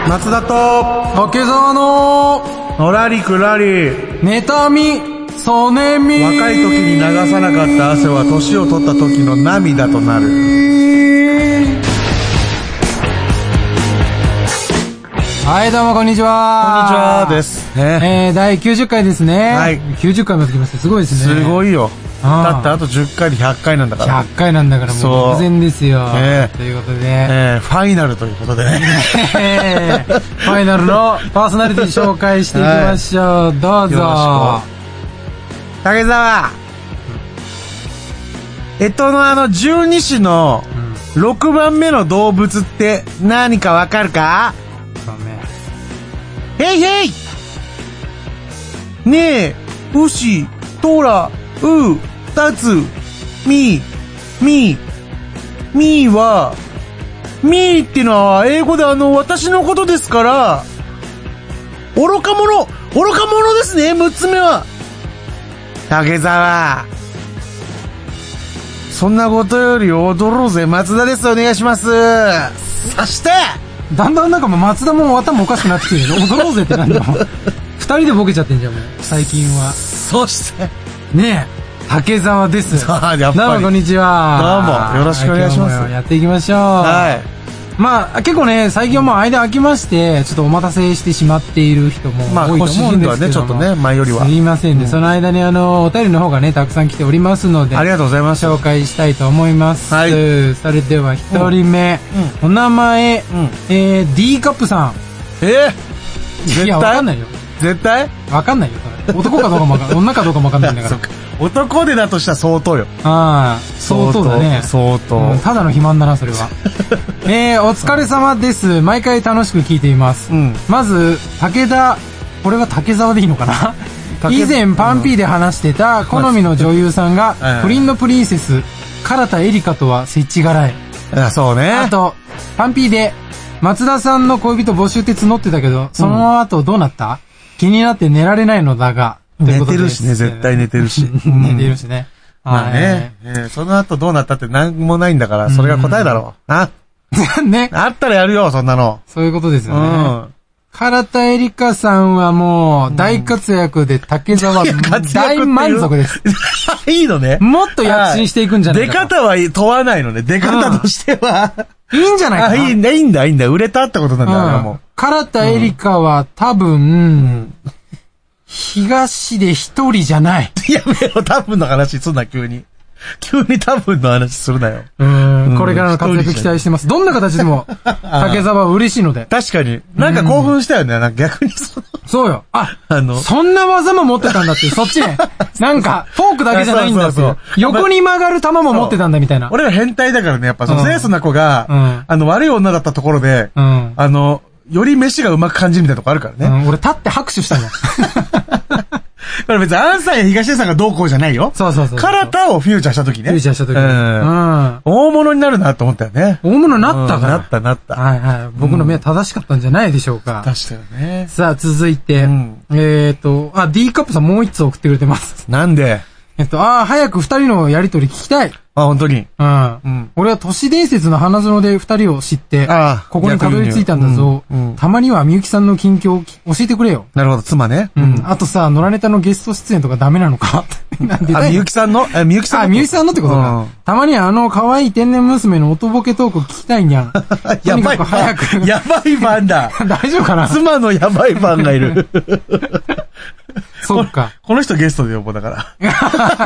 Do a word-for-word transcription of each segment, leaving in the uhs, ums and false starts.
松田と竹澤ののらりくらり妬みそねみ。 若い時に流さなかった汗は年を取った時の涙となる。 はいどうもこんにちは。 こんにちはです、 ね、えー、だいきゅうじゅっかいですね。 はい、 きゅうじゅっかいまで来ました。すごいですね。 すごいよ。だってあとじゅっかいでひゃっかいなんだから。 ひゃっかいなんだからもう目前ですよ、 ね、 ということで、 えー、ファイナルということでねえー、ファイナルのパーソナリティ紹介していきましょう、はい、どうぞ。 竹澤、えとのあの十二支のろくばんめの動物って何かわかるか？へいへい。ねえ、牛、トラ、う、たつ、み、み、みは、みってのは英語であの私のことですから、愚か者、愚か者ですね、むっつめは。竹澤。そんなことより踊ろうぜ、松田です。お願いします。そして、 だんだんなんかもう松田も頭おかしくなってきてるよ。踊ろうぜってなんだもん。二人でボケちゃってんじゃんもう最近は。 そしてねえ竹澤です。 さあやっぱりどうもこんにちは。 どうもよろしくお願いします。 今日もやっていきましょう。 はい。 まあ結構ね最近はもう間空きましてちょっとお待たせしてしまっている人も多いと思うんですけども、まあ、 ねちょっとね前よりはすいませんね、 うん、 その間にあのお便りの方がねたくさん来ておりますのでありがとうございます。 紹介したいと思います。 はい。 それでは一人目、うん、お名前、うん、えー、D カップさん。 えー、 いやわかんないよ。 絶対わかんないよ。男かどうかもわかんない。女かどうかもわかんないんだから。 男でだとしたら相当よ。 ああ、相当だね。 相当。 うん、ただの肥満だな、それは。えー、お疲れ様です。毎回楽しく聞いています。うん、まず、武田、これは竹澤でいいのかな以前パンピーで話してた好みの女優さんが、不倫のプリンセス、唐田エリカとはスイッチ柄へ。 あ、そうね。 あと、パンピーで、松田さんの恋人募集って募ってたけど、その後どうなった、うん、気になって寝られないのだが。 寝てるしね、絶対寝てるし。 寝てるしね。 まあね、えー、その後どうなったって何もないんだから、それが答えだろう。な。 ね。 あったらやるよ、そんなの。 そういうことですよね。うん。唐田エリカさんはもう、大活躍で竹澤、大満足です。 いいのね。 もっと躍進していくんじゃないか。 出方は問わないのね。出方としては。 いいんじゃないかな。 いいんだ、いいんだ、いいんだ。売れたってことなんだから、もう。 唐田エリカは多分、東で一人じゃない。 やめろ、多分の話すんな、急に。急に多分の話するなよ。 うん。これからの活躍期待してます。どんな形でも、竹澤は嬉しいので。 確かに。なんか興奮したよね。なんか逆にその。 そうよ。あ、あの、そんな技も持ってたんだって、そっちね。なんか、フォークだけじゃないんだって。そうそうそう、横に曲がる球も持ってたんだみたいな。 俺ら変態だからね、やっぱその、清楚な子が、うん、あの、悪い女だったところで、うん、あの、より飯がうまく感じるみたいなとこあるからね。うん、 俺立って拍手したんだ。 これ別にアンさんや東出さんがどうこうじゃないよ。 そうそうそう。 唐田をフューチャーした時ね。 フューチャーした時。うん。 うん。大物になるなと思ったよね。 大物になったから。 なったなった。 はいはい。僕の目は正しかったんじゃないでしょうか。 確かよね。 さあ続いて、えっと、あ、D カップさんもう一つ送ってくれてます。 なんで？ えっと、ああ、早く二人のやりとり聞きたい。 あ、本当に。 うん。うん、俺は都市伝説の花園で二人を知って、あここにたどり着いたんだぞ。うんうん、たまにはみゆきさんの近況を教えてくれよ。 なるほど、妻ね。 うん。あとさ、野良ネタのゲスト出演とかダメなのかなんであ、みゆきさんのあ、みゆきさんの。 あ、みゆきさんのってことか。うん、たまにはあの可愛い天然娘の音ボケトーク聞きたいんじゃん。 やばい。 早く。 やばいファンだ。 大丈夫かな妻のやばいファンがいる。 そっか。 この人ゲストで呼ぼうだから。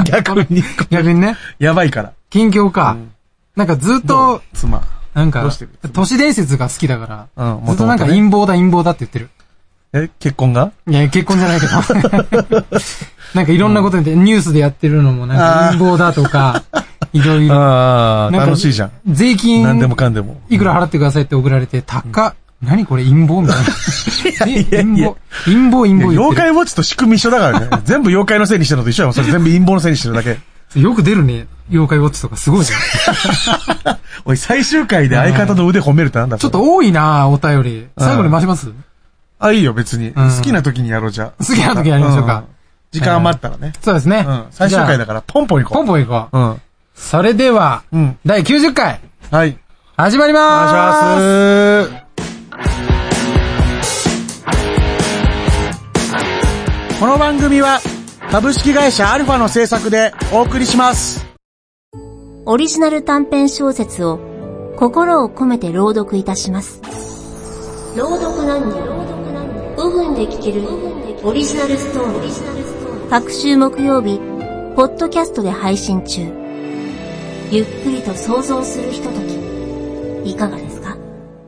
逆に。 逆にね。 やばいから。 近況か。うん、なんかずっと、 妻。 なんか、都市伝説が好きだから、うん、ずっとなんか陰謀だ陰謀だって言ってる。 え、結婚が？ いや、結婚じゃないけど。なんかいろんなことで、うん、ニュースでやってるのもなんか陰謀だとか、いろいろ。 ああ、楽しいじゃん。 税金。 何でもかんでも。 いくら払ってくださいって送られて、高っ。何これ陰謀みたいな。陰謀、陰謀、陰謀。 妖怪ウォッチと仕組み一緒だからね。全部妖怪のせいにしてるのと一緒やもん。それ全部陰謀のせいにしてるだけ。 よく出るね。妖怪ウォッチとかすごいじゃん。 おい、最終回で相方の腕褒めるってなんだちょっと多いなお便り。最後に回します？ あ、いいよ、別に。好きな時にやろう、じゃあ。 好きな時にやりましょうか。 時間余ったらね。 そうですね。 うん。最終回だから、ポンポン行こう。 ポンポン行こう。うん。それでは、だいきゅうじゅっかい。 はい。 始まりまーす。 お願いします。 この番組は株式会社アルファの制作でお送りします。 オリジナル短編小説を心を込めて朗読いたします。朗読なんにごふんで聞けるオリジナルストーリー。各週木曜日ポッドキャストで配信中。ゆっくりと想像するひとときいかがですか？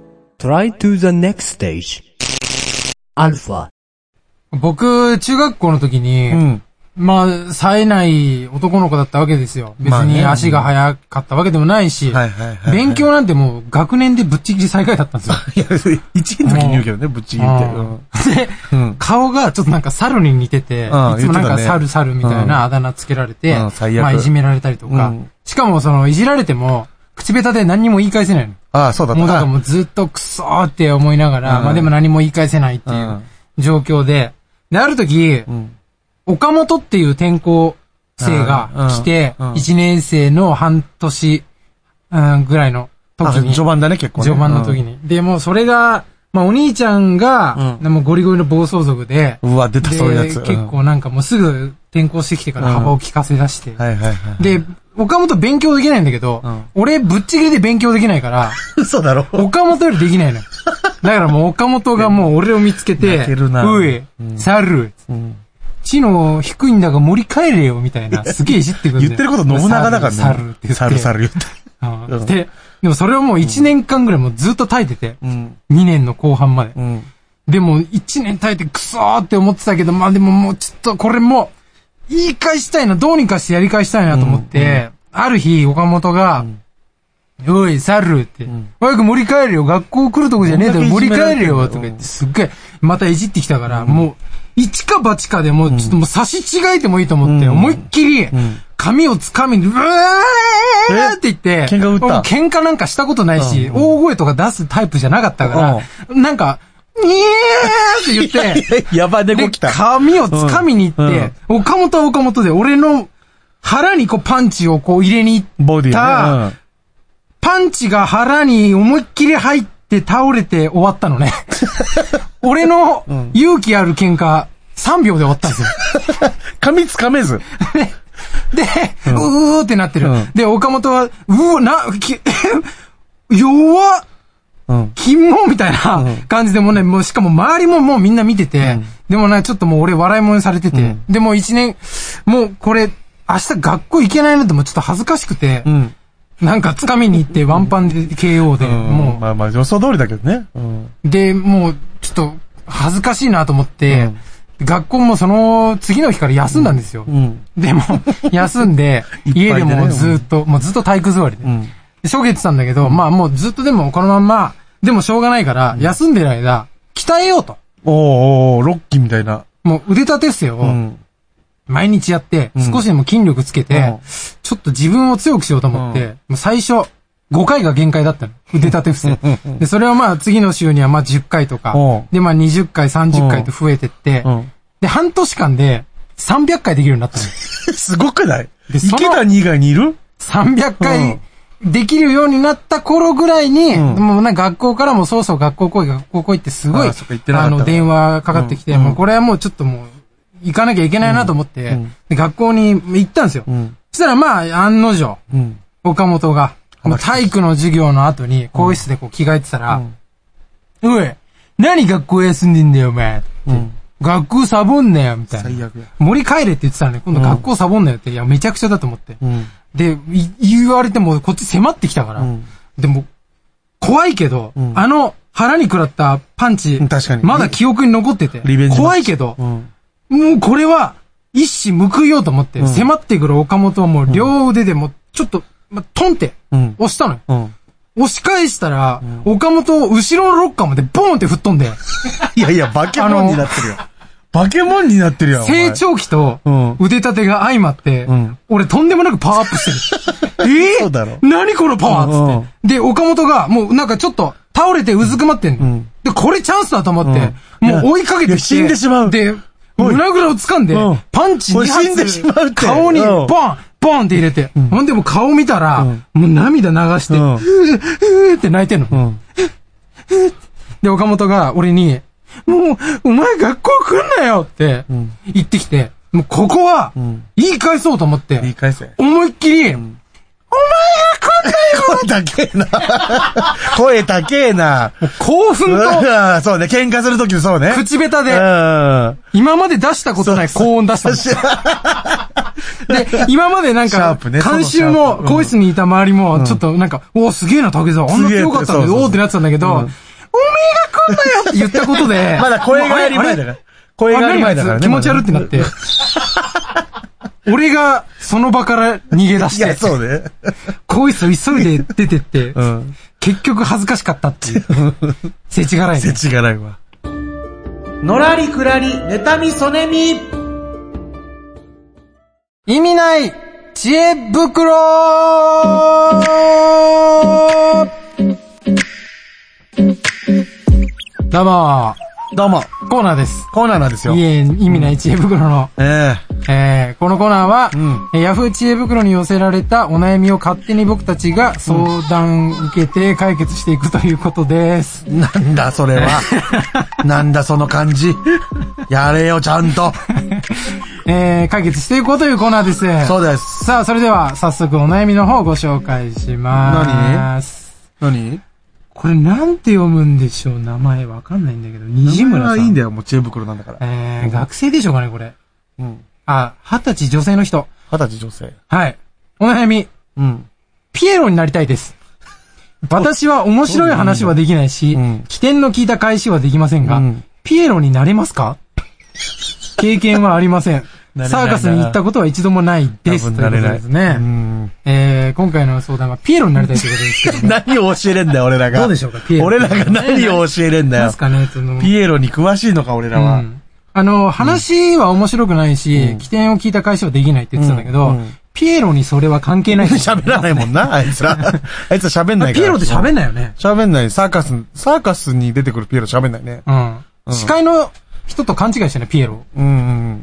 Try to the next stage. アルファ。 僕、中学校の時に、うん、まあ、冴えない男の子だったわけですよ。別に足が速かったわけでもないし、勉強なんてもう学年でぶっちぎり最下位だったんですよ。いや、 一年の時に言うけどね、ぶっちぎりって。うん、 で、うん、顔がちょっとなんか猿に似てて、うん、いつもなんか猿猿みたいなあだ名つけられて、うん、最悪まあいじめられたりとか、うん、しかもそのいじられても、口下手で何にも言い返せないの。 ああ、そうだった。 もうだからもうずっとクソーって思いながら、うん、まあでも何も言い返せないっていう状況で、で、ある時、うん、岡本っていう転校生が来て、いちねん生の半年、うん、ぐらいの時に。 序盤だね、結構ね。 序盤の時に。うん、で、もうそれが、まあお兄ちゃんが、うん、もうゴリゴリの暴走族で、 うわ、出たそういうやつ。 結構なんかもうすぐ転校してきてから幅を利かせ出して。 うん、はいはいはい。 で、岡本勉強できないんだけど、うん、俺ぶっちぎりで勉強できないから、 嘘だろ岡本よりできないのよ。だからもう岡本がもう俺を見つけて、うえ、猿、うん、知能低いんだが盛り返れよみたいな、すげえいじってくるんだよ。 言ってること信長だからね。 猿って言って。 猿猿言って。 うん、で、でもそれをもういちねんかんぐらいもうずっと耐えてて、うん、にねんの後半まで。うん、でもいちねん耐えてクソーって思ってたけど、まあでももうちょっとこれも言い返したいな、どうにかしてやり返したいなと思って、うんうん、ある日岡本が、うんおい、猿って。早く盛り返るよ。学校来るとこじゃねえだろ。盛り返るよ。とか言って、すっげえ、またいじってきたから、うん、もう、一か八かでもう、ちょっともう差し違えてもいいと思って、うん、思いっきり、髪を掴みに、うわーって言って、 喧嘩打った。 喧嘩なんかしたことないし、うん、大声とか出すタイプじゃなかったから、うん、なんか、にえーって言って、 いやいややばい猫来た。 髪を掴みに行って、うん、岡本は岡本で、俺の腹にこうパンチをこう入れに行った、ボディね。パンチが腹に思いっきり入って倒れて終わったのね。俺の勇気ある喧嘩さんびょうで終わったんですよ。 髪つかめず。 で、うん、うーってなってる。うん、で、岡本は、うわ、な、き、弱っ、うん、金もみたいな感じでもね、もうしかも周りももうみんな見てて、うん、でもね、ちょっともう俺笑い物にされてて、うん、でも一年、もうこれ、明日学校行けないなってもうちょっと恥ずかしくて、うんなんか掴みに行ってワンパンで ケーオー で、もう。 まあまあ予想通りだけどね。うん、 で、もうちょっと恥ずかしいなと思って、うん、学校もその次の日から休んだんですよ。うん、でも、休んで、家でもずっと、もうずっと体育座りで。うん、でしょげてたんだけど、まあもうずっとでもこのまんま、でもしょうがないから、休んでる間、鍛えようと。 おーおー、ロッキーみたいな。 もう腕立て伏せを、うん毎日やって、少しでも筋力つけて、うん、ちょっと自分を強くしようと思って、うん、もう最初、ごかいが限界だったの。腕立て伏せ。で、それはまあ次の週にはまあじゅっかいとか、でまあにじゅっかい、さんじゅっかいと増えてって、で、半年間でさんびゃっかいできるようになったの。 すごくないで、池谷以外にいる ? さんびゃっかいできるようになった頃ぐらいに、うん、もうなんか学校からもそうそう学校来い、学校来いってすごい、あ, あの、電話かかってきて、うん、もうこれはもうちょっともう、行かなきゃいけないなと思って、うん、で学校に行ったんですよ。うん、そしたらまあ、案の定、うん、岡本が、体育の授業の後に、更衣室でこう着替えてたら、うん、おい、何学校休んでんだよ、お前。うん、学校サボんなよ、みたいな。最悪。盛り帰れって言ってたらね、今度学校サボんなよって、いや、めちゃくちゃだと思って。うん、で、言われても、こっち迫ってきたから、うん、でも、怖いけど、うん、あの、腹に食らったパンチ、確かにまだ記憶に残ってて、怖いけど、うんもうこれは、一矢報いようと思って、迫ってくる岡本をもう両腕でもう、ちょっと、ま、トンって、押したのよ。うんうん、押し返したら、うん、岡本を後ろのロッカーまでボーンって吹っ飛んで。 いやいや、化け物になってるよ。化け物になってるよ。 成長期と腕立てが相まって、うん、俺とんでもなくパワーアップしてる。えー、そうだろ。何このパワーっつって。で、岡本がもうなんかちょっと倒れてうずくまってんの。うん、で、これチャンスだと思って、うん、もう追いかけてきて。 死んでしまう。 で、胸ぐらを掴んで、パンチに発死んでしまうって。 顔に、ボンボンって入れて。ほんでも顔見たら、もう涙流して、ふー、ふーって泣いてんの。で、岡本が俺に、 もう、お前学校来んなよって言ってきて、もうここは、言い返そうと思って、 言い返せ。 思いっきり、うん、お前が来んなよ声高えな。声高えな。 もう興奮と、 そうね、喧嘩するときそうね。 口下手で、今まで出したことない高音出したんですよ。で、今までなんか、監修も、更衣室にいた周りも、ちょっとなんか、おーすげえな、竹澤、あんな強かったんだよ、おーってなってたんだけど、おめえが来んなよって言ったことで、 まだ声がやり前だから。声がやり前だからね。 気持ち悪ってなって。俺がその場から逃げ出して。いや、 そうね。 更衣室を急いで出てって、うん、結局恥ずかしかったっていう。せちがらいね。 せちがらいわ。のらりくらり、妬みそねみ。 意味ない知恵袋どうもどうも。 コーナーです。 コーナーなんですよ。 いえ、意味ない知恵袋の。うん、えー、えー、このコーナーは、うん、ヤフー知恵袋に寄せられたお悩みを勝手に僕たちが相談受けて解決していくということです。 うん、なんだそれは。なんだその感じ。やれよちゃんと。 えー、解決していこうというコーナーです。 そうです。 さあ、それでは早速お悩みの方をご紹介します。 何何これなんて読むんでしょう、名前わかんないんだけど、西村さん。 いいんだよ、もう知恵袋なんだから。 えー、うん、学生でしょうかね、これ。 うん。 あ、二十歳女性の人。 二十歳女性。 はい。お悩み。 うん。 ピエロになりたいです。私は面白い話はできないし、うん、起点の効いた返しはできませんが、うん、ピエロになれますか？経験はありません。サーカスに行ったことは一度もないです。ということですね。うんえー、今回の相談はピエロになりたいということですけど、ね、 何を教えれんだよ、俺らが。 どうでしょうか、ピエロ。 俺らが何を教えれんだよ。 ですかね、その。 ピエロに詳しいのか、俺らは。うん、 あの、話は面白くないし、うん、起点を聞いた返しはできないって言ってたんだけど、うんうん、ピエロにそれは関係ない。 喋らないもんな、あいつら。あいつら喋んないから。 ピエロって喋んないよね。 喋んない。サーカス、サーカスに出てくるピエロ喋んないね。 うん。うん、司会の人と勘違いしてね、ピエロ。 うん、うん。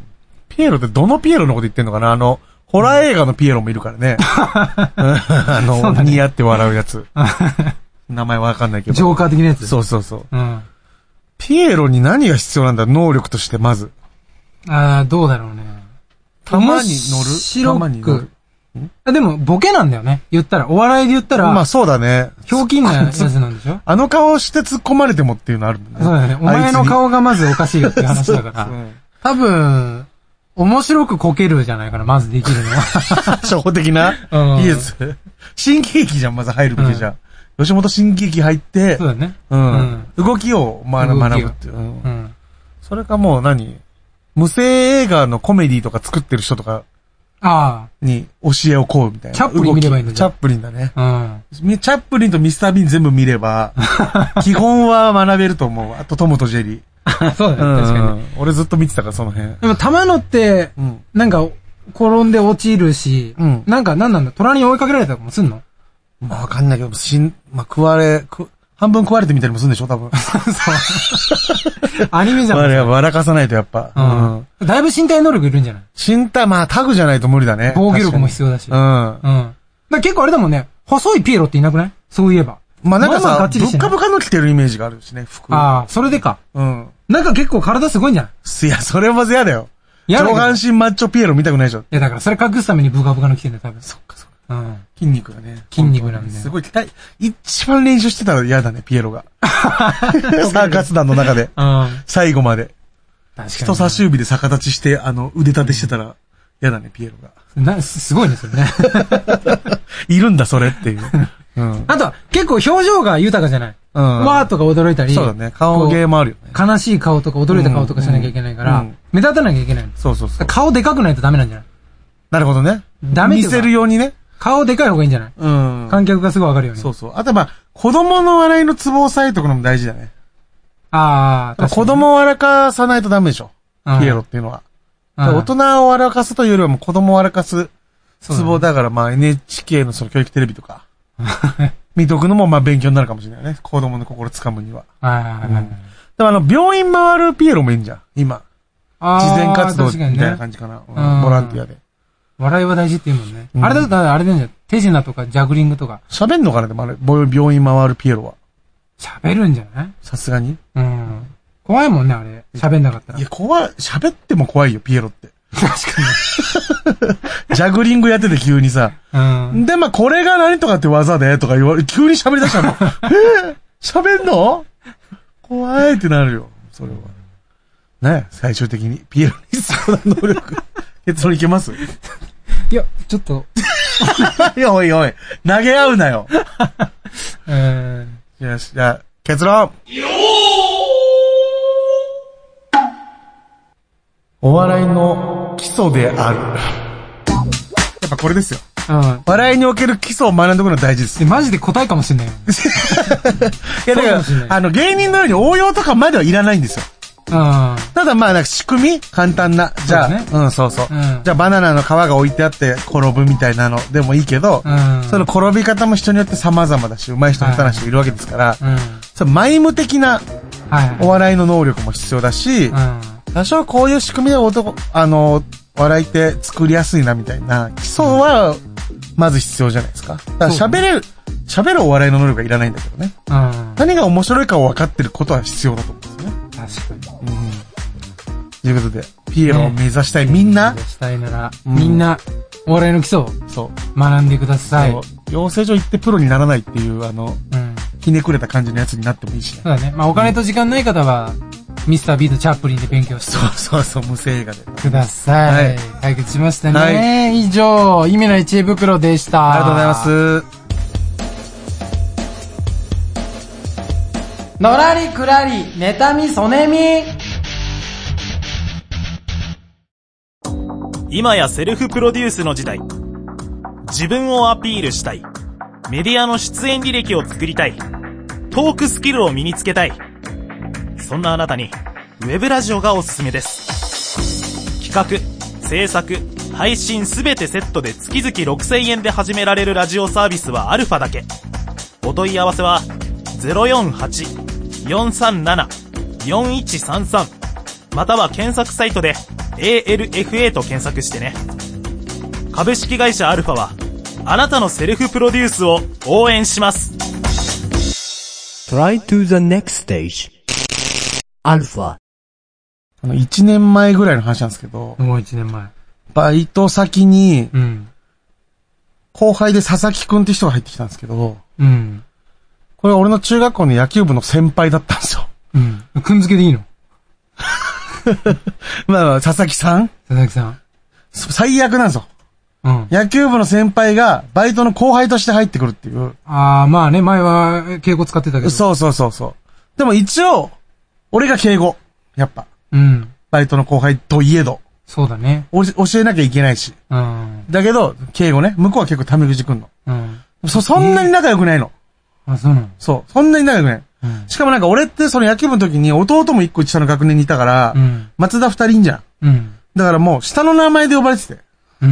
ピエロってどのピエロのこと言ってんのかな？あの、ホラー映画のピエロもいるからね。あの、ね、似合って笑うやつ。名前わかんないけど。 ジョーカー的なやつ。 そうそうそう。うん、ピエロに何が必要なんだ？能力としてまず。 ああ、どうだろうね。 たまに乗る。たまに乗る。 あでも、ボケなんだよね。言ったら、お笑いで言ったら。 まあそうだね。 ひょうきんなやつなんでしょ？ あの顔して突っ込まれてもっていうのあるもんね。 そうだね。お前の顔がまずおかしいよっていう話だから。うん、多分、面白くこけるじゃないかな、まずできるのは。 初歩的な、うん、いいです。新喜劇じゃん、まず入るべきじゃん。うん、吉本新喜劇入って、 そうだね。 うん。うん、動きを学ぶっていう、うん。うん。それかもう何無声映画のコメディとか作ってる人とか、ああ。に教えをこうみたいな。 チャップリン見ればいいんだ。 チャップリンだね。うん。チャップリンとミスター・ビーン全部見れば、基本は学べると思う。あとトムとジェリー。 そうだね、確かに。 俺ずっと見てたから、その辺。 でも、玉野って、なんか、転んで落ちるし、うん、なんか、なんなんだ、虎に追いかけられたりもすんの？ まあ、わかんないけど、死ん、まあ、食われ、く、半分食われてみたりもするんでしょ、多分。そう。 アニメじゃん。 あれは笑かさないとやっぱ。 うん。うん、だいぶ身体能力いるんじゃない？ 身体、まあ、タグじゃないと無理だね。 防御力も必要だし。うん。うん。だ結構あれだもんね、細いピエロっていなくない？そういえば。 まあなんかさ、まあまあぶっかぶかの着てるイメージがあるしね、服。 ああ、それでか。うん。なんか結構体すごいんじゃない？ いや、それはまず嫌だよ。上半身マッチョピエロ見たくないでしょ。いや、だからそれ隠すためにブカブカの着てんだよ、多分。 そっかそっか。うん。筋肉がね。 筋肉なんで。 すごい、一番練習してたら嫌だね、ピエロが。サーカス団の中で。うん。最後まで。確かに。人差し指で逆立ちして、あの、腕立てしてたら嫌だね、ピエロが。な、すごいね、それね。 いるんだ、それっていう。うん。 あとは、結構表情が豊かじゃない。うん。わーとか驚いたり。 そうだね。顔芸もあるよね。 悲しい顔とか驚いた顔とかしなきゃいけないから、うんうん、目立たなきゃいけない。 そうそうそう。 顔でかくないとダメなんじゃない？ なるほどね。 ダメ見せるようにね。 顔でかい方がいいんじゃない？うん。観客がすぐわかるように。 そうそう。あとまあ、子供の笑いのツボを押さえとくのも大事だね。 ああ、確かに。 子供を笑かさないとダメでしょ。ピエロっていうのは。大人を笑かすというよりはもう子供を笑かすツボだからまあ エヌエイチケー のその教育テレビとか。見とくのもまあ勉強になるかもしれないね。子供の心つかむには。はいはいはい。うん、でもあの、病院回るピエロもいいんじゃん。今。慈善活動みたいな感じかな。ね、うん、ボランティアで。 笑いは大事って言うもんね。うん、あれだったらあれなんじゃん。手品とかジャグリングとか。 喋んのかなでもあれ、病院回るピエロは。 喋るんじゃない？ さすがに。うん。 怖いもんね、あれ。喋んなかったら。 いや、怖い、喋っても怖いよ、ピエロって。 確かに。ジャグリングやってて急にさ。うん。で、まあ、これが何とかって技で、とか言われ、急に喋り出したの。えー、喋んの怖いってなるよ、それは。ね、最終的に。ピエロに必要な能力。結論いけます？ いや、ちょっと。 いや、おいおい、投げ合うなよ。 えー、よし、じゃあ、結論。お笑いの基礎である。やっぱこれですよ。うん。笑いにおける基礎を学んでおくのは大事です。 マジで答えかもしれないよ。 いや、だから、あの、芸人のように応用とかまではいらないんですよ。うん。ただまあ、なんか仕組み簡単な。じゃあ、ね、うん、そうそう。うん、じゃあ、バナナの皮が置いてあって転ぶみたいなのでもいいけど、うん、その転び方も人によって様々だし、上手い人、下手な人いるわけですから、うん、そのマイム的なお笑いの能力も必要だし、うん、多少こういう仕組みで男、あの、笑いって作りやすいなみたいな基礎は、まず必要じゃないですか。だから喋れる、喋るお笑いの能力がいらないんだけどね。うん、何が面白いかを分かってることは必要だと思うんですよね。 確かに。 うん。ということで、ピエロを目指したい、ね、みんな目指したいなら、うん、みんな、お笑いの基礎を学んでください。そう。 養成所行ってプロにならないっていう、あの、うん、ひねくれた感じのやつになってもいいしね。 そうだね。まあお金と時間ない方は、うん、ミスタービートチャップリンで勉強して。 そうそうそう、無声映画で。 ください。はい。解決しましたね。はい、以上、意味の知恵袋でした。 ありがとうございます。 のらりくらり、妬みそねみ。 今やセルフプロデュースの時代。自分をアピールしたい。メディアの出演履歴を作りたい。トークスキルを身につけたい。そんなあなたにウェブラジオがおすすめです。企画、制作、配信すべてセットで月々ろくせんえんで始められるラジオサービスはアルファだけ。お問い合わせは ゼロよんはち よんさんなな よんいちさんさん または検索サイトで エーエルエフエー と検索してね。株式会社アルファはあなたのセルフプロデュースを応援します。 Try to the next stage アルファ。 あの、一年前ぐらいの話なんですけど。 もう一年前。 バイト先に、うん、後輩で佐々木くんって人が入ってきたんですけど、うん、これは俺の中学校の野球部の先輩だったんですよ。 うん。くん付けでいいの？ まあまあ、佐々木さん佐々木さん。 最悪なんですよ。うん。野球部の先輩がバイトの後輩として入ってくるっていう。 ああ、まあね、前は敬語使ってたけど。 そうそうそうそう。でも一応、俺が敬語。やっぱ。 うん。 バイトの後輩といえど。 そうだね。 お教えなきゃいけないし。うん。だけど、敬語ね。向こうは結構タメ口くんの。うん。そ、そんなに仲良くないの。 えー、あ、そうなの？ そう。そんなに仲良くない。うん、しかもなんか俺ってその野球部の時に弟も一個下の学年にいたから、うん、松田二人いんじゃん。うん。だからもう下の名前で呼ばれてて。うん。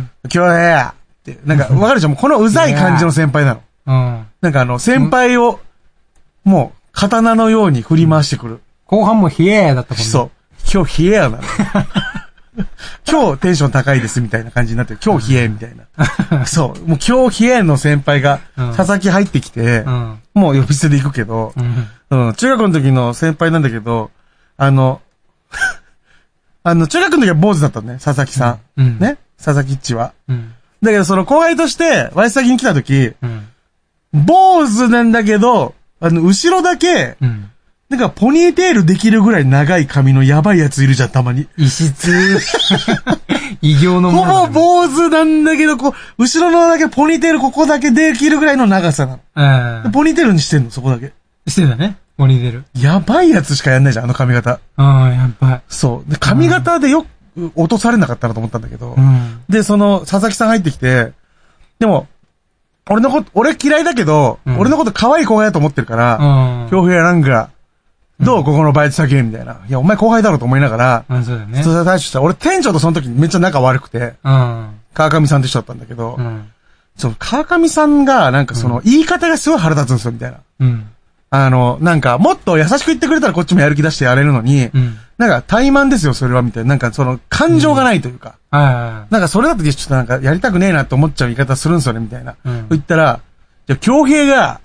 今日ねって。なんかわかるじゃん。もうこのうざい感じの先輩なの。うん。なんかあの先輩を、もう刀のように振り回してくる。 後半もヒエーだったもんね。 そう。今日ヒエーなの。今日テンション高いですみたいな感じになってる。今日ヒエーみたいな。そう。もう今日ヒエーの先輩が佐々木入ってきて、うん、もう呼び捨てで行くけど、うんうん、中学の時の先輩なんだけど、あの、あの、中学の時は坊主だったのね、佐々木さん。うん、ね佐々木っちは、うん。だけどその後輩として、ワイサギに来た時、うん、坊主なんだけど、あの、後ろだけ、うんなんか、ポニーテールできるぐらい長い髪のやばいやついるじゃん、たまに。 異質。異形のもの、 ね。ほぼ坊主なんだけど、こう、後ろのだけポニーテールここだけできるぐらいの長さなの。ポニーテールにしてんの、そこだけ。 してんだね。ポニーテール。 やばいやつしかやんないじゃん、あの髪型。 ああ、やばい。 そう。で、髪型でよく落とされなかったなと思ったんだけど。うん、で、その、佐々木さん入ってきて、でも、俺のこと、俺嫌いだけど、うん、俺のこと可愛い後輩だと思ってるから、今日やなんか、どうここのバイト先みたいな。いや、お前後輩だろうと思いながら。 うん、そうだね。 それ対処したら、俺店長とその時めっちゃ仲悪くて。うん。川上さんって人だったんだけど。うん。そう、川上さんが、なんかその、言い方がすごい腹立つんですよ、みたいな。うん。あの、なんか、もっと優しく言ってくれたらこっちもやる気出してやれるのに、うん。なんか、怠慢ですよ、それは、みたいな。なんか、その、感情がないというか。うん。はいはいはい。なんか、それだとちょっとなんか、やりたくねえなって思っちゃう言い方するんですよね、みたいな。うん。言ったら、じゃあ、京平が、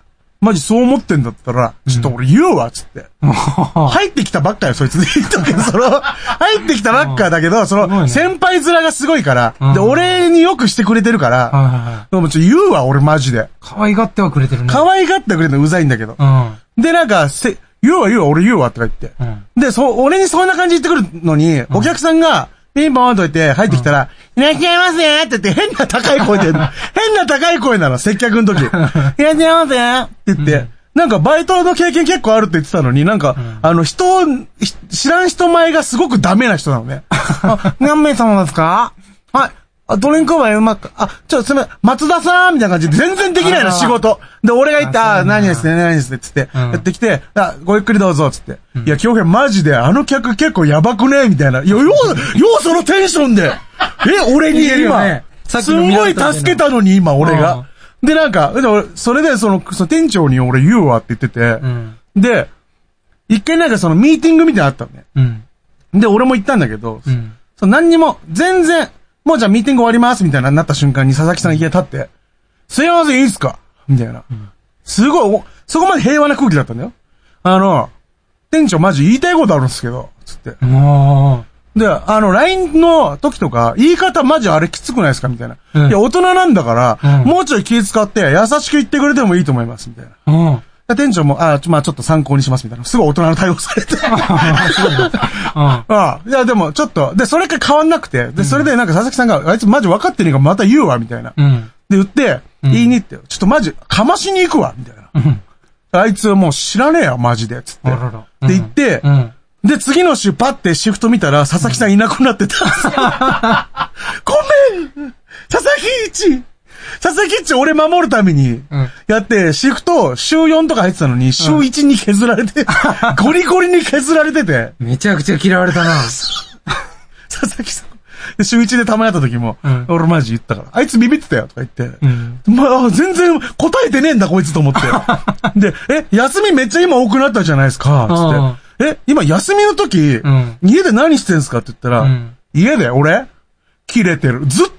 マジそう思ってんだったら、ちょっと俺言うわ、つって。うん、入ってきたばっかよ、そいつで言っとくけど、その、入ってきたばっかだけど、その、先輩面がすごいから、で、俺によくしてくれてるから、でもちょっと言うわ、俺マジで。 可愛がってはくれてるね。 可愛がってはくれてるのうざいんだけど。うん、で、なんか、せ、言うわ言うわ、俺言うわ、とか言って。うん、で、そう、俺にそんな感じ言ってくるのに、お客さんが、ピンポーンと言って入ってきたら、いらっしゃいませって言って変な高い声で、変な高い声なの、接客の時。いらっしゃいませって言って、うん、なんかバイトの経験結構あるって言ってたのに、なんか、うん、あの人、知らん人前がすごくダメな人なのね。あ、何名様ですか？はい。あ、ドリンクはうまく、あ、ちょっとすみません、松田さんみたいな感じで全然できないの、仕事。で、俺が言って、あ、何ですね、何ですね、つって、やってきて、あ、ごゆっくりどうぞ、つって。いや、京平マジで、あの客結構やばくねみたいな。いや、よう、ようそのテンションで。え、俺に今、すんごい助けたのに、今、俺が。で、なんか、それで、その、その店長に俺言うわって言ってて、で、一回なんかそのミーティングみたいなのあったのね。で、俺も言ったんだけど、その何にも、全然、もうじゃあミーティング終わりますみたいななった瞬間に佐々木さんがいきなり立って、すいませんいいっすかみたいな。うん、すごい、そこまで平和な空気だったんだよ。あの、店長マジ言いたいことあるんですけど、つって。で、あの、ライン の時とか、言い方マジあれきつくないですかみたいな。うん、いや、大人なんだから、うん、もうちょい気使って優しく言ってくれてもいいと思います、みたいな。うん店長も、あ、まあちょっと参考にしますみたいな。すごい大人の対応されて。ああ、いやでもちょっと、で、それから変わんなくて、で、それでなんか佐々木さんが、あいつマジ分かってねえからまた言うわ、みたいな。うん、で、言って、うん、言いに行って、ちょっとマジ、かましに行くわ、みたいな。うん、あいつはもう知らねえよ、マジで、つって。で、言って、うん、で、次の週パッてシフト見たら、佐々木さんいなくなってた。ごめん佐々木一佐々木っち俺守るために、やって、シフト、週よんとか入ってたのに、週いちに削られて、ゴリゴリに削られてて。 めちゃくちゃ嫌われたな。 佐々木さん。で、週いちでたまに会った時も、うん、俺マジ言ったから、あいつビビってたよ、とか言って。うん、まあ、全然答えてねえんだ、こいつと思って。で、え、休みめっちゃ今多くなったじゃないですか、つって。え、今休みの時、うん、家で何してんすかって言ったら、うん、家で俺切れてる。ずっと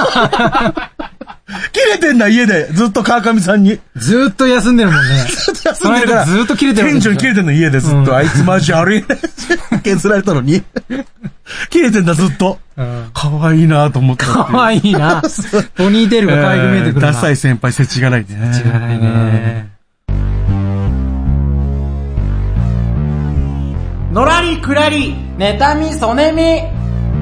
切れてんだ、家で。ずっと川上さんに。 ずっと休んでるもんね。 ずっと休んでるから。 ずっと切れてる。 店長に切れてんの、家でずっと。うん、あいつマジ悪い。削られたのに。切れてんだ、ずっと。うん、かわいいなと思った。 かわいいな。ポニーテールが可愛く見えてくるな。 ダサい先輩、せちがないね。 せちがないね。 のらりくらり。 妬み、そねみ。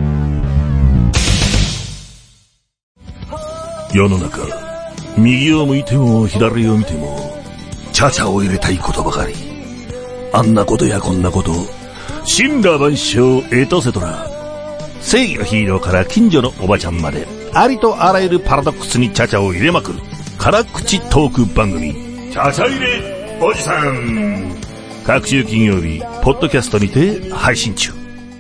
世の中、右を向いても左を見ても、チャチャを入れたいことばかり。あんなことやこんなこと、神羅万象エトセトラ。正義のヒーローから近所のおばちゃんまで、ありとあらゆるパラドックスにチャチャを入れまくる、辛口トーク番組、チャチャ入れおじさん。各週金曜日、ポッドキャストにて配信中。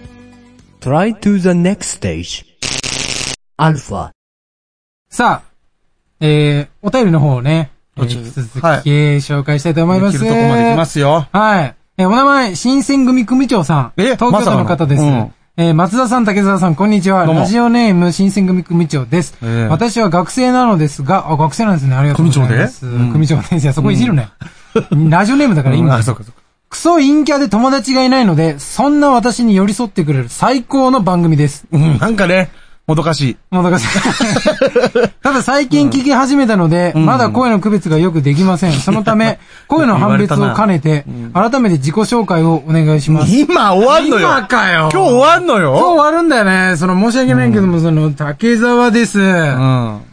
Try to the next stage. アルファ。 さあ、えー、お便りの方をね、えー、引き続き、はい、紹介したいと思います。 できるとこまで行きますよ。 はい。えー、お名前、新選組組長さん。え東京都の方です。まうんえー、松田さん、竹澤さん、こんにちは。ラジオネーム、新選組組長です、えー。私は学生なのですが、あ、学生なんですね。ありがとうございます。組長で、うん、組長です。いや、そこいじるね。うん、ラジオネームだからいいんだ。うん、あ、そうかそうか。クソ陰キャで友達がいないので、そんな私に寄り添ってくれる最高の番組です。 うん、なんかね、もどかしい。 もどかしい。ただ最近聞き始めたので、うん、まだ声の区別がよくできません。そのため、声の判別を兼ねて、改めて自己紹介をお願いします。 今終わんのよ。 今かよ。 今日終わんのよ。 今日終わるんだよね。その申し訳ないけども、うん、その、竹澤です。うん。 うん、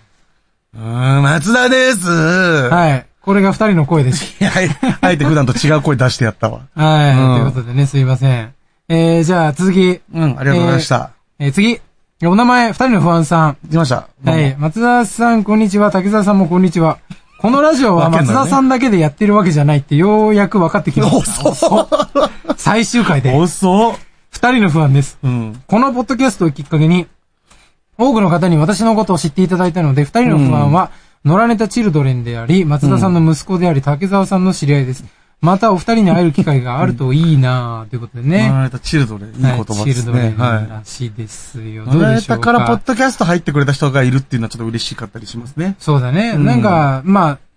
松田です。 はい。これが二人の声です。 はい。あえて普段と違う声出してやったわ。 はい、うん。ということでね、すいません。えー、じゃあ続き。 うん、ありがとうございました。 えー、えー、次。お名前、二人の不安さん。 来ました。 はい。松田さん、こんにちは。竹澤さんもこんにちは。このラジオは松田さんだけでやってるわけじゃないってようやく分かってきました。 遅最終回で。 遅二人の不安です。 うん。 このポッドキャストをきっかけに、多くの方に私のことを知っていただいたので、二人の不安は、野良ネタチルドレンであり、松田さんの息子であり、竹澤さんの知り合いです。またお二人に会える機会があるといいなぁ、ということでね。 野良ネタチルドレン、いい言葉ですね。はい、チルドレンらしいですよ。 はい、野良ネタからポッドキャスト入ってくれた人がいるっていうのはちょっと嬉しかったりしますね。 そうだね。うん、なんか、まあ、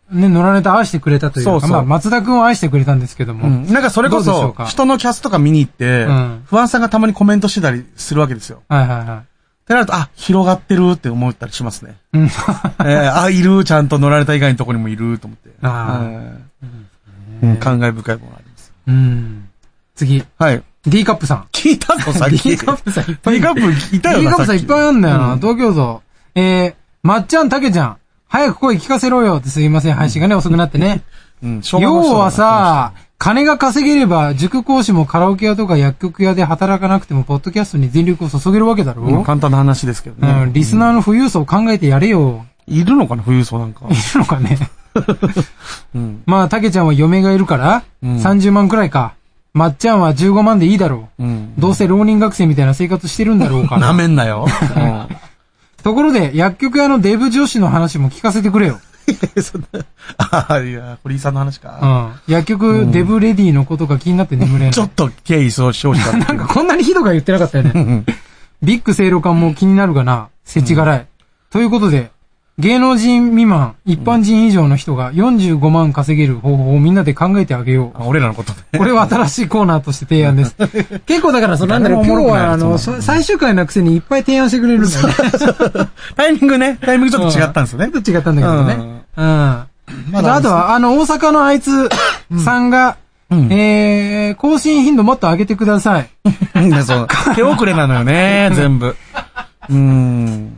ね、野良ネタ愛してくれたというか、そうそうまあ、松田くんを愛してくれたんですけども。うん、 なんかそれこそ、人のキャスとか見に行って、うん、不安さんがたまにコメントしてたりするわけですよ。 はいはいはい。 ってなると、あ、広がってるって思ったりしますね。うん、えー、あ、いる、ちゃんと野良ネタ以外のところにもいると思って。あうん、感慨深いものがあります。 うん。次。 はい。 D カップさん。 聞いたのさっき。 D カップさんいっぱい。 D カップいたよな。 D カップさんいっぱいあんだよな。うん、東京都。えー、まっちゃん、たけちゃん。早く声聞かせろよってすいません。配信がね、遅くなってね。うん、要はさ、金が稼げれば、塾講師もカラオケ屋とか薬局屋で働かなくても、ポッドキャストに全力を注げるわけだろ、うん、 簡単な話ですけどね。 うん、リスナーの富裕層を考えてやれよ。 いるのかな、富裕層なんか。 いるのかね。うん、まあ、たけちゃんは嫁がいるから、うん、さんじゅうまんくらいか。まっちゃんはじゅうごまんでいいだろう。うん、どうせ浪人学生みたいな生活してるんだろうかな。 なめんなよ。 ところで、薬局屋のデブ女子の話も聞かせてくれよ。 そんな、ああ、いや、堀井さんの話か。 うん。薬局、うん、デブレディのことが気になって眠れない。 ちょっと経緯そう、少子だ。 なんかこんなにひどくは言ってなかったよね。ビッグ正露館も気になるがな、せちがらい。うん、ということで、芸能人未満、一般人以上の人がよんじゅうごまん稼げる方法をみんなで考えてあげよう。 あ、俺らのことね。 これは新しいコーナーとして提案です。結構だから、そのなんだろう、今日はあの、最終回のくせにいっぱい提案してくれるんだよね。 タイミングね、タイミングちょっと違ったんですよね。 ちょっと違ったんだけどね。うん。うん。まだあとは、あの、大阪のあいつさんが、うん、えー、更新頻度もっと上げてください。 そう。手遅れなのよね、全部。うん。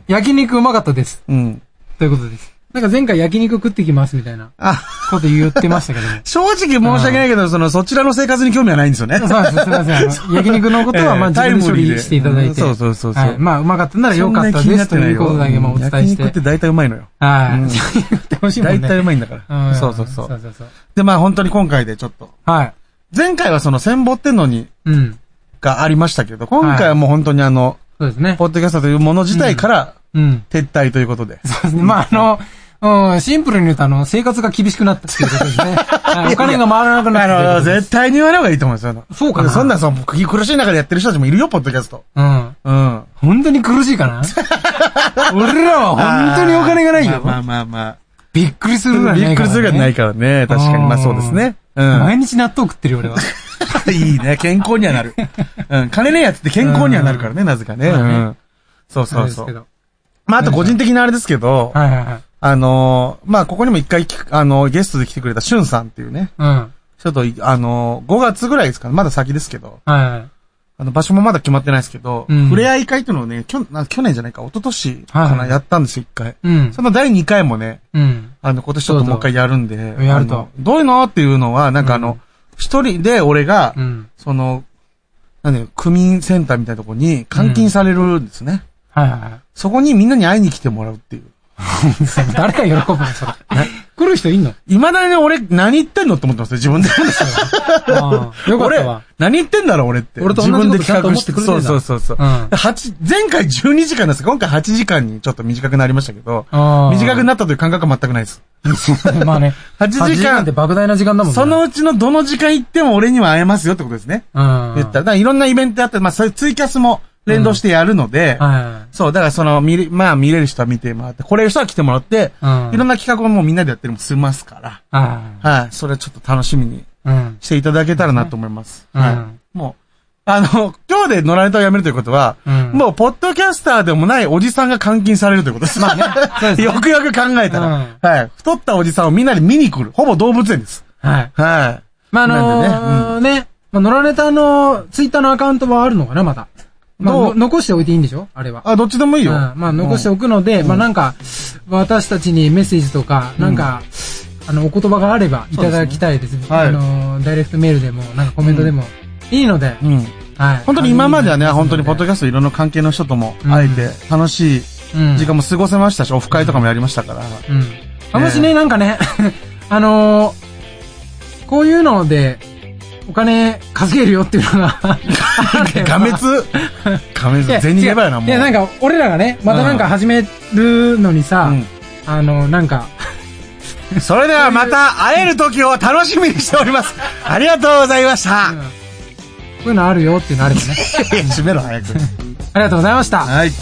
焼肉うまかったです。うん。ということです。なんか前回焼肉食ってきますみたいなこと言ってましたけども。 正直申し訳ないけど、その、そちらの生活に興味はないんですよね。 そうです。すみません。あの焼肉のことは、まあ、自分で処理していただいて。 そうそうそうそう。はい。 まあ、うまかったならよかったですということだけもお伝えして。 焼肉って大体うまいのよ。 はい。焼肉って美味しいもんね。 大体うまいんだから。そうそうそう。そうそうそう。で、まあ、本当に今回でちょっと。はい。前回はその、千本ってのに、うん。がありましたけど、今回はもう本当にあの、そうですね。ポッドキャストというもの自体から、うん。撤退ということで。 そうですね。まあ、あの、うん、シンプルに言うと、あの、生活が厳しくなったっていうことですね。お金が回らなくなった。 あの、絶対に言わない方がいいと思うんですよ。 そうかな。 そんな、その、苦しい中でやってる人たちもいるよ、ポッドキャスト。うん。 うん。本当に苦しいかな俺らは本当にお金がないよ。 まあまあまあ。 びっくりするぐらいないからね。びっくりするぐらいないからね。確かに。まあそうですね。 うん。毎日納豆食ってるよ、俺は。 いいね。健康にはなる。うん。金ねえやつって健康にはなるからね、なぜかね。うん。そうそうそう。まああと個人的なあれですけど。はいはいはい。あのー、まあ、ここにも一回、あのー、ゲストで来てくれたしゅんさんっていうね。うん。ちょっと、あのー、ごがつぐらいですかね。まだ先ですけど。はいはい。あの、場所もまだ決まってないですけど、うん、触れ合い会っていうのをね、きょ、去年じゃないか、一昨年かな、はいはい、やったんですよ、一回。うん。そのだいにかいもね、うん。あの、今年ちょっともう一回やるんで。 やると。 どういうのっていうのは、なんかあの、一、うん、人で俺が、うん、その、なんだよ、区民センターみたいなところに監禁されるんですね。うん、はいはいはい。そこにみんなに会いに来てもらうっていう。 誰が喜ぶのそれ。来る人いんの？ 未だに俺何言ってんのって思ってますよ、自分で。そうですよ。ああ、よかったわ。 何言ってんだろう、俺って。 俺と同じことちゃんと思ってくれてる。 そうそうそうそう。うん、前回じゅうにじかんです今回はちじかんにちょっと短くなりましたけど、短くなったという感覚は全くないです。 まあね。 はちじかん。はちじかんって莫大な時間だもんね。 そのうちのどの時間行っても俺には会えますよってことですね。うん。言ったら。だからいろんなイベントあって、まあそういうツイキャスも、連動してやるので、うんはい、そう、だからその、見れ、まあ見れる人は見てもらって、来れる人は来てもらって、うん、いろんな企画をもうみんなでやってるもしますから、はい、それはちょっと楽しみにしていただけたらなと思います。うん、はい。もう、あの、今日で野良ネタをやめるということは、うん、もう、ポッドキャスターでもないおじさんが監禁されるということです。まあね。そうですねよくよく考えたら、うん、はい。太ったおじさんをみんなで見に来る。ほぼ動物園です。はい。はい。 まあ、あのー、ね、うん、ね、まあ、野良ネタのツイッターのアカウントはあるのかな、また。まあ、残しておいていいんでしょあれは。 あ、どっちでもいいよ。うん、 まあ、残しておくので、うん、まあ、なんか、私たちにメッセージとか、なんか、うん、あの、お言葉があればいただきたいです。ですね、はい、あの、ダイレクトメールでも、なんかコメントでもいいので、うん、はい。 本当に今まではね、本当にポッドキャストいろんな関係の人とも会えて、楽しい時間も過ごせましたし、オフ会とかもやりましたから。うん。 あもしね、なんかね、あのー、こういうので、お金稼げるよっていうのが画滅画滅銭ゲバやなもういやなんか俺らがねまたなんか始めるのにさ、うん、あのなんかそれではまた会える時を楽しみにしておりますありがとうございました、うん、こういうのあるよっていうのあればね閉めろ早くありがとうございました。 はい。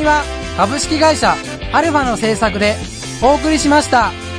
組は株式会社アルファの制作でお送りしました。